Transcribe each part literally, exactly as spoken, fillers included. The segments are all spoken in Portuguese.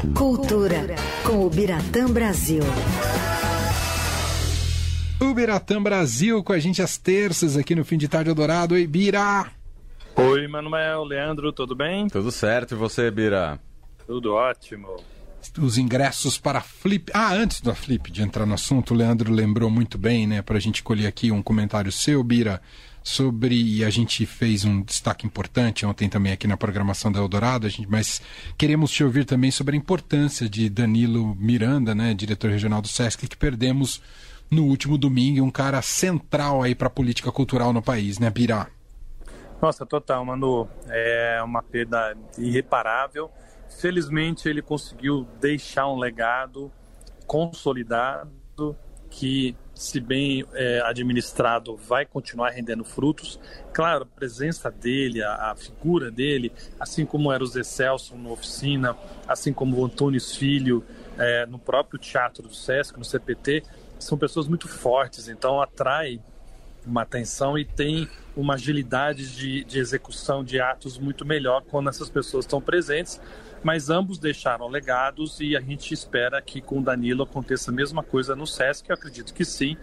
Cultura, com o Biratã Brasil. O Biratã Brasil com a gente às terças aqui no Fim de Tarde Eldorado. Oi, Bira! Oi, Manuel, Leandro, tudo bem? Tudo certo, e você, Bira? Tudo ótimo. Os ingressos para a Flip... Ah, antes da Flip, de entrar no assunto, o Leandro lembrou muito bem, né, para a gente colher aqui um comentário seu, Bira, sobre... E a gente fez um destaque importante ontem também aqui na programação da Eldorado, a gente... mas queremos te ouvir também sobre a importância de Danilo Miranda, né, diretor regional do Sesc, que perdemos no último domingo, um cara central aí para a política cultural no país, né, Bira? Nossa, total, Manu. É uma perda irreparável. Felizmente ele conseguiu deixar um legado consolidado que, se bem é, administrado, vai continuar rendendo frutos. Claro, a presença dele, a, a figura dele, assim como era o Zé Celso no Oficina, assim como o Antunes Filho é, no próprio Teatro do Sesc, no C P T, são pessoas muito fortes, então atrai uma atenção e tem uma agilidade de, de execução de atos muito melhor quando essas pessoas estão presentes. Mas ambos deixaram legados e a gente espera que com o Danilo aconteça a mesma coisa no Sesc, eu acredito que sim.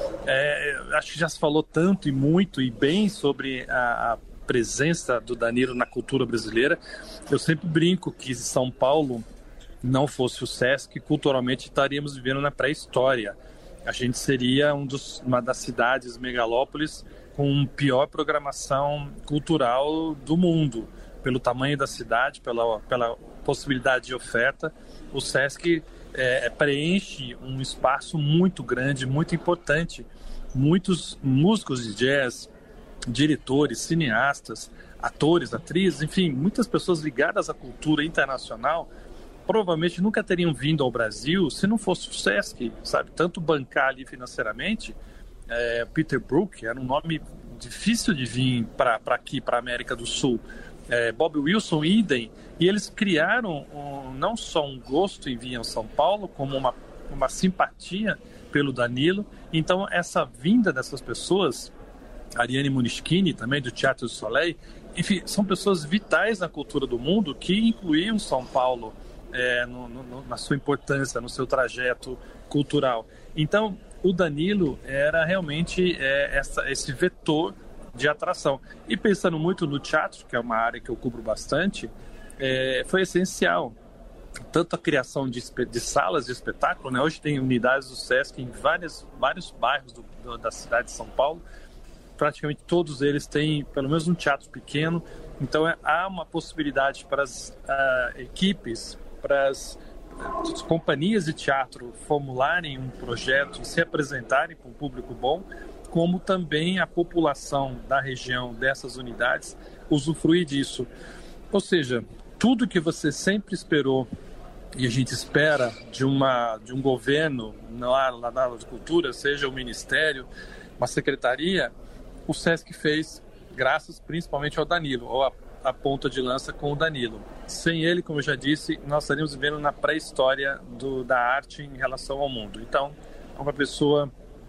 É, acho que já se falou tanto e muito e bem sobre a, a presença do Danilo na cultura brasileira. Eu sempre brinco que se São Paulo não fosse o Sesc, culturalmente estaríamos vivendo na pré-história. A gente seria um dos, uma das cidades megalópolis com pior programação cultural do mundo. Pelo tamanho da cidade, pela, pela possibilidade de oferta, o Sesc é, preenche um espaço muito grande, muito importante. Muitos músicos de jazz, diretores, cineastas, atores, atrizes, enfim, muitas pessoas ligadas à cultura internacional provavelmente nunca teriam vindo ao Brasil se não fosse o Sesc, sabe? Tanto bancar ali financeiramente, é, Peter Brook era um nome difícil de vir para aqui, para a América do Sul. É, Bob Wilson, idem, e eles criaram um, não só um gosto em vir ao São Paulo, como uma, uma simpatia pelo Danilo. Então essa vinda dessas pessoas, Ariane Munischini também do Teatro do Soleil, enfim, são pessoas vitais na cultura do mundo que incluíam São Paulo é, no, no, na sua importância, no seu trajeto cultural. Então o Danilo era realmente é, essa, esse vetor de atração. E pensando muito no teatro, que é uma área que eu cubro bastante, é, foi essencial. Tanto a criação de, de salas de espetáculo, né? Hoje tem unidades do Sesc em várias, vários bairros do, do, da cidade de São Paulo. Praticamente todos eles têm pelo menos um teatro pequeno. Então é, há uma possibilidade para as uh, equipes, para as as companhias de teatro formularem um projeto e se apresentarem para um público bom, como também a população da região dessas unidades usufruir disso. Ou seja, tudo que você sempre esperou e a gente espera de, uma, de um governo lá, lá na área de cultura, seja o ministério, uma secretaria, o Sesc fez graças principalmente ao Danilo, ou a, a ponta de lança com o Danilo. Sem ele, como eu já disse, nós estaríamos vivendo na pré-história do, da arte em relação ao mundo. Então, é uma pessoa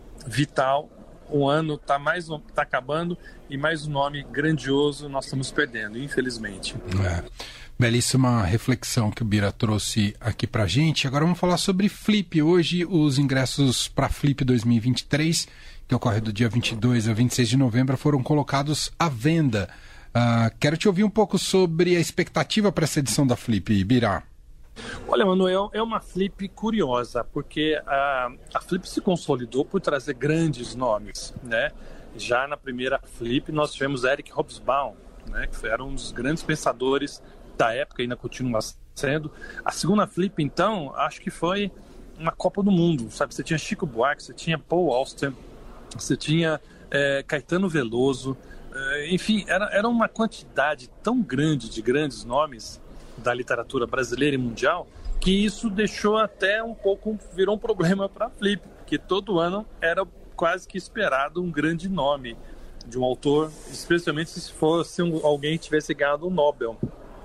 vital. O ano está mais tá acabando e mais um nome grandioso nós estamos perdendo, infelizmente. É, belíssima reflexão que o Bira trouxe aqui pra gente. Agora vamos falar sobre Flip. Hoje os ingressos para Flip dois mil e vinte e três, que ocorre do dia vinte e dois ao vinte e seis de novembro, foram colocados à venda. Uh, quero te ouvir um pouco sobre a expectativa para essa edição da Flip, Bira. Olha, Manuel, é uma Flip curiosa, porque a, a Flip se consolidou por trazer grandes nomes, né? Já na primeira Flip nós tivemos Eric Hobsbawm, né? Que era um dos grandes pensadores da época e ainda continua sendo. A segunda Flip, então, acho que foi uma Copa do Mundo, sabe? Você tinha Chico Buarque, você tinha Paul Auster, você tinha é, Caetano Veloso, é, enfim, era, era uma quantidade tão grande de grandes nomes da literatura brasileira e mundial, que isso deixou até um pouco, virou um problema para a Flip, porque todo ano era quase que esperado um grande nome de um autor, especialmente se fosse um, alguém que tivesse ganhado um Nobel.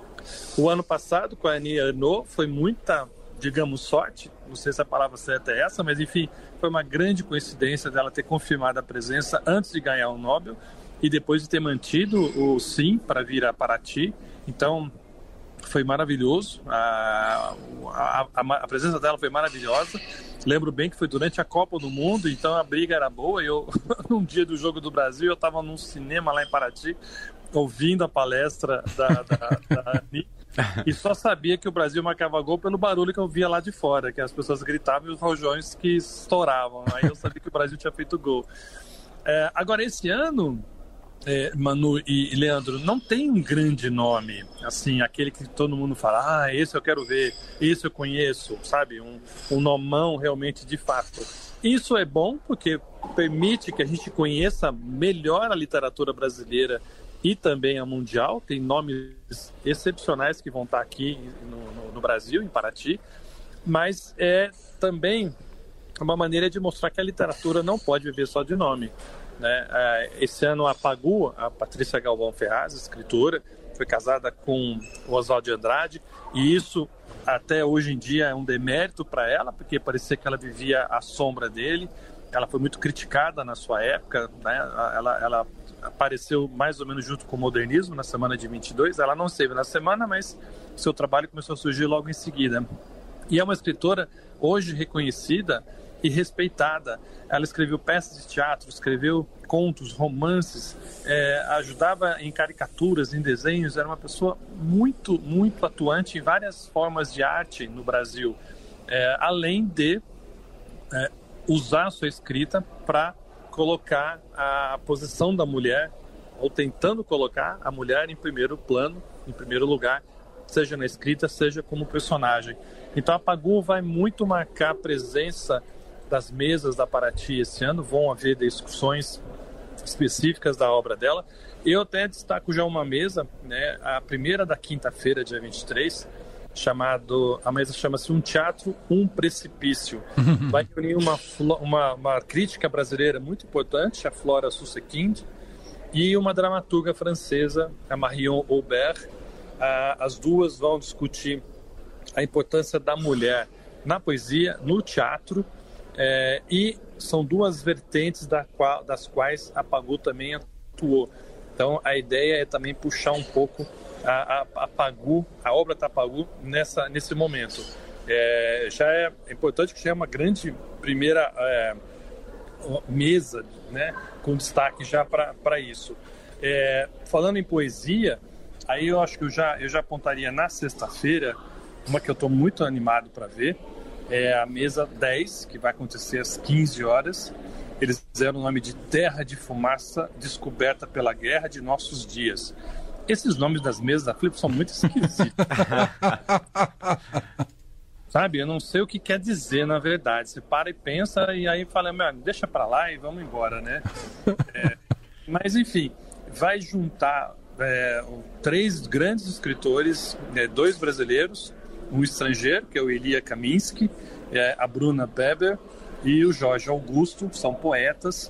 O ano passado, com a Annie Ernaux, foi muita, digamos, sorte, não sei se a palavra certa é essa, mas enfim, foi uma grande coincidência dela ter confirmado a presença antes de ganhar o Nobel e depois de ter mantido o sim para vir a Paraty. Então foi maravilhoso. A, a, a, a presença dela foi maravilhosa. Lembro bem que foi durante a Copa do Mundo, então a briga era boa. E eu, num dia do Jogo do Brasil, eu estava num cinema lá em Paraty, ouvindo a palestra da, da, da Ani, e só sabia que o Brasil marcava gol pelo barulho que eu via lá de fora, que as pessoas gritavam e os rojões que estouravam. Aí eu sabia que o Brasil tinha feito gol. É, agora, esse ano, é, Manu e Leandro, não tem um grande nome, assim, aquele que todo mundo fala, ah, esse eu quero ver, esse eu conheço, sabe? Um, um nomão realmente de fato. Isso é bom porque permite que a gente conheça melhor a literatura brasileira e também a mundial. Tem nomes excepcionais que vão estar aqui no, no, no Brasil, em Paraty, mas é também uma maneira de mostrar que a literatura não pode viver só de nome, né? Esse ano a Pagu, a Patrícia Galvão Ferraz, escritora, foi casada com o Oswald de Andrade, e isso até hoje em dia é um demérito para ela, porque parecia que ela vivia à sombra dele. Ela foi muito criticada na sua época, né? ela, ela apareceu mais ou menos junto com o modernismo na semana de vinte e dois, ela não esteve na semana, mas seu trabalho começou a surgir logo em seguida. E é uma escritora hoje reconhecida e respeitada. Ela escreveu peças de teatro, escreveu contos, romances, é, ajudava em caricaturas, em desenhos. Era uma pessoa muito, muito atuante em várias formas de arte no Brasil, é, além de é, usar a sua escrita para colocar a posição da mulher, ou tentando colocar a mulher em primeiro plano, em primeiro lugar, seja na escrita, seja como personagem. Então a Pagu vai muito marcar a presença das mesas da Paraty esse ano. Vão haver discussões específicas da obra dela. Eu até destaco já uma mesa, né, a primeira da quinta-feira, dia vinte e três, chamado, a mesa chama-se Um Teatro, Um Precipício. Vai unir uma, uma, uma crítica brasileira muito importante, a Flora Sussekind, e uma dramaturga francesa, a Marion Aubert. As duas vão discutir a importância da mulher na poesia, no teatro, é, e são duas vertentes da qual, das quais a Pagu também atuou. Então a ideia é também puxar um pouco a, a, a Pagu, a obra da Pagu nessa, nesse momento. É, já é importante que já é uma grande primeira é, mesa, né, com destaque já para isso. É, falando em poesia, aí eu acho que eu já, eu já apontaria na sexta-feira uma que eu estou muito animado para ver, é a mesa dez, que vai acontecer às quinze horas. Eles fizeram o nome de Terra de Fumaça, Descoberta pela Guerra de Nossos Dias. Esses nomes das mesas da Flip são muito esquisitos. Sabe, eu não sei o que quer dizer, na verdade. Você para e pensa e aí fala, deixa para lá e vamos embora, né? É, mas, enfim, vai juntar é, três grandes escritores, é, dois brasileiros, um estrangeiro, que é o Elia Kaminski, é, a Bruna Beber e o Jorge Augusto, são poetas,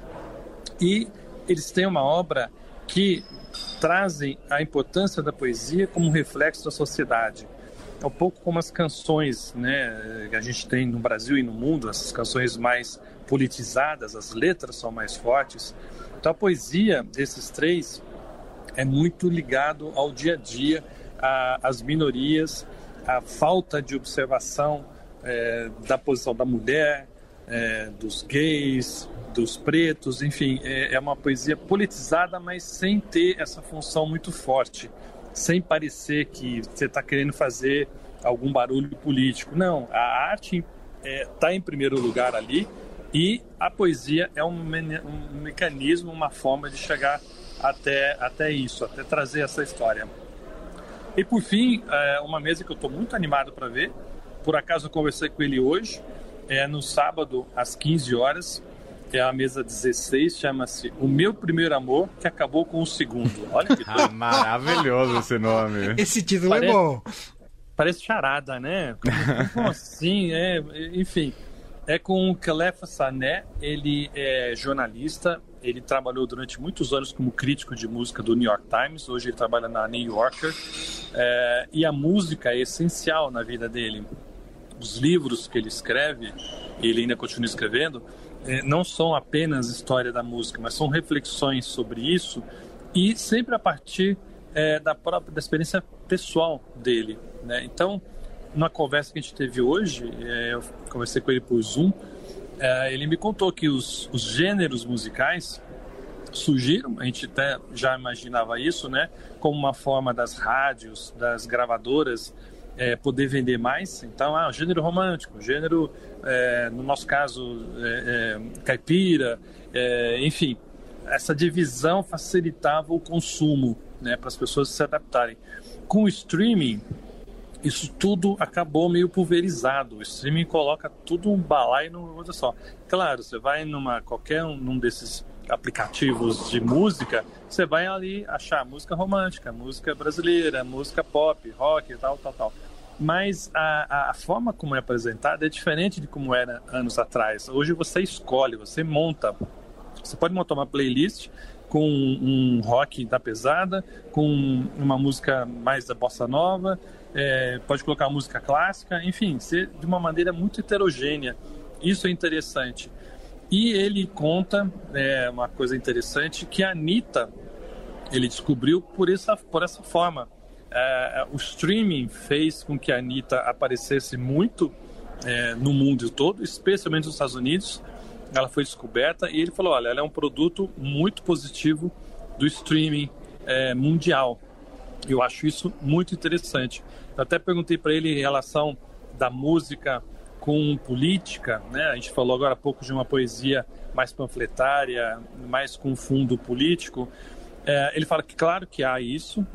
e eles têm uma obra que trazem a importância da poesia como um reflexo da sociedade. É um pouco como as canções, né, que a gente tem no Brasil e no mundo, essas canções mais politizadas, as letras são mais fortes. Então a poesia desses três é muito ligado ao dia a dia, às minorias, a falta de observação é, da posição da mulher, é, dos gays, dos pretos, enfim, é, é uma poesia politizada, mas sem ter essa função muito forte, sem parecer que você está querendo fazer algum barulho político. Não, a arte está é, em primeiro lugar ali, e a poesia é um, um mecanismo, uma forma de chegar até, até isso, até trazer essa história. E por fim, é uma mesa que eu estou muito animado para ver, por acaso eu conversei com ele hoje, é no sábado às quinze horas, é a mesa dezesseis, chama-se O Meu Primeiro Amor, que acabou com o segundo. Olha que ah, maravilhoso esse nome. Esse título parece, é bom. Parece charada, né? Como, como assim? É, enfim, é com o Kelefa Sané, ele é jornalista, ele trabalhou durante muitos anos como crítico de música do New York Times, hoje ele trabalha na New Yorker, é, e a música é essencial na vida dele. Os livros que ele escreve, ele ainda continua escrevendo, é, não são apenas história da música, mas são reflexões sobre isso, e sempre a partir é, da própria da experiência pessoal dele, né? Então, na conversa que a gente teve hoje, é, eu conversei com ele por Zoom, é, ele me contou que os, os gêneros musicais surgiram, a gente até já imaginava isso, né, como uma forma das rádios, das gravadoras, é, poder vender mais. Então, ah, o gênero romântico, o gênero, é, no nosso caso, é, é, caipira, é, enfim, essa divisão facilitava o consumo, né, para as pessoas se adaptarem. Com o streaming, isso tudo acabou meio pulverizado. O streaming coloca tudo um balaio numa coisa só. Claro, você vai numa qualquer um num desses aplicativos de música, você vai ali achar música romântica, música brasileira, música pop, rock e tal, tal, tal. Mas a, a forma como é apresentada é diferente de como era anos atrás. Hoje você escolhe, você monta. Você pode montar uma playlist com um rock da pesada, com uma música mais da bossa nova, é, pode colocar música clássica, enfim, ser de uma maneira muito heterogênea. Isso é interessante. E ele conta, é, uma coisa interessante, que a Anitta, ele descobriu por essa, por essa forma. É, o streaming fez com que a Anitta aparecesse muito é, no mundo todo, especialmente nos Estados Unidos. Ela foi descoberta e ele falou, olha, ela é um produto muito positivo do streaming é, mundial. Eu acho isso muito interessante. Eu até perguntei para ele em relação da música com política, né? A gente falou agora há pouco de uma poesia mais panfletária, mais com fundo político. É, ele fala que claro que há isso,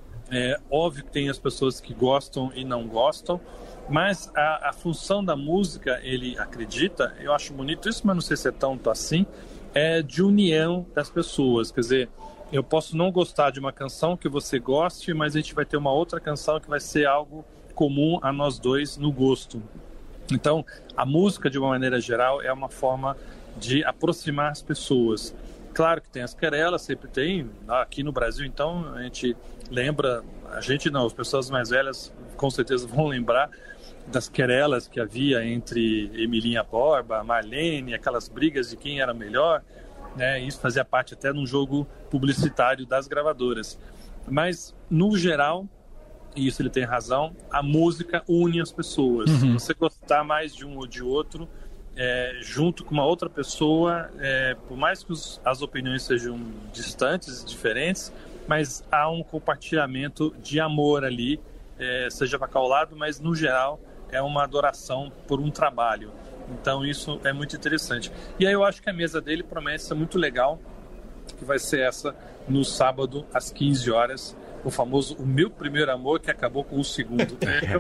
é óbvio que tem as pessoas que gostam e não gostam, mas a, a função da música, ele acredita, eu acho bonito isso, mas não sei se é tanto assim, é de união das pessoas. Quer dizer, eu posso não gostar de uma canção que você goste, mas a gente vai ter uma outra canção que vai ser algo comum a nós dois no gosto. Então, a música, de uma maneira geral, é uma forma de aproximar as pessoas. Claro que tem as querelas, sempre tem. Aqui no Brasil, então, a gente lembra, a gente não, as pessoas mais velhas com certeza vão lembrar das querelas que havia entre Emilinha Borba, Marlene, aquelas brigas de quem era melhor, né? Isso fazia parte até de um jogo publicitário das gravadoras. Mas, no geral, e isso ele tem razão, a música une as pessoas. Uhum. Você gostar mais de um ou de outro, é, junto com uma outra pessoa, é, por mais que os, as opiniões sejam distantes e diferentes, mas há um compartilhamento de amor ali, é, seja para qual lado, mas no geral é uma adoração por um trabalho. Então isso é muito interessante. E aí eu acho que a mesa dele promete ser muito legal, que vai ser essa no sábado às quinze horas, o famoso O Meu Primeiro Amor, que acabou com o segundo.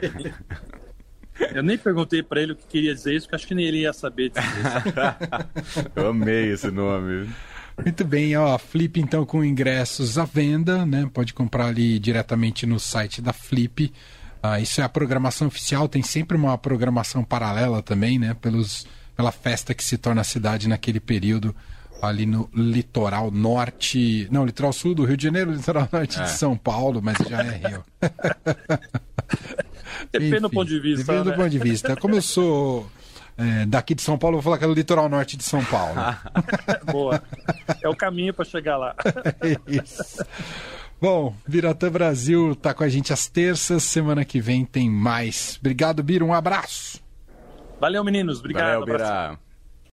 Eu nem perguntei para ele o que queria dizer isso, porque acho que nem ele ia saber dizer isso. Eu amei esse nome. Muito bem, ó, a Flip então com ingressos à venda, né? Pode comprar ali diretamente no site da Flip. Ah, isso é a programação oficial, tem sempre uma programação paralela também, né? Pelos, pela festa que se torna a cidade naquele período ali no litoral norte, não, litoral sul do Rio de Janeiro, litoral norte é. de São Paulo, mas já é Rio. Depende do ponto de vista. Depende né? do ponto de vista. Como eu sou é, daqui de São Paulo, eu vou falar que é o litoral norte de São Paulo. Boa. É o caminho para chegar lá. Isso. Bom, Biratã Brasil tá com a gente às terças, semana que vem tem mais. Obrigado, Bira, um abraço. Valeu, meninos. Obrigado. Valeu, Bira.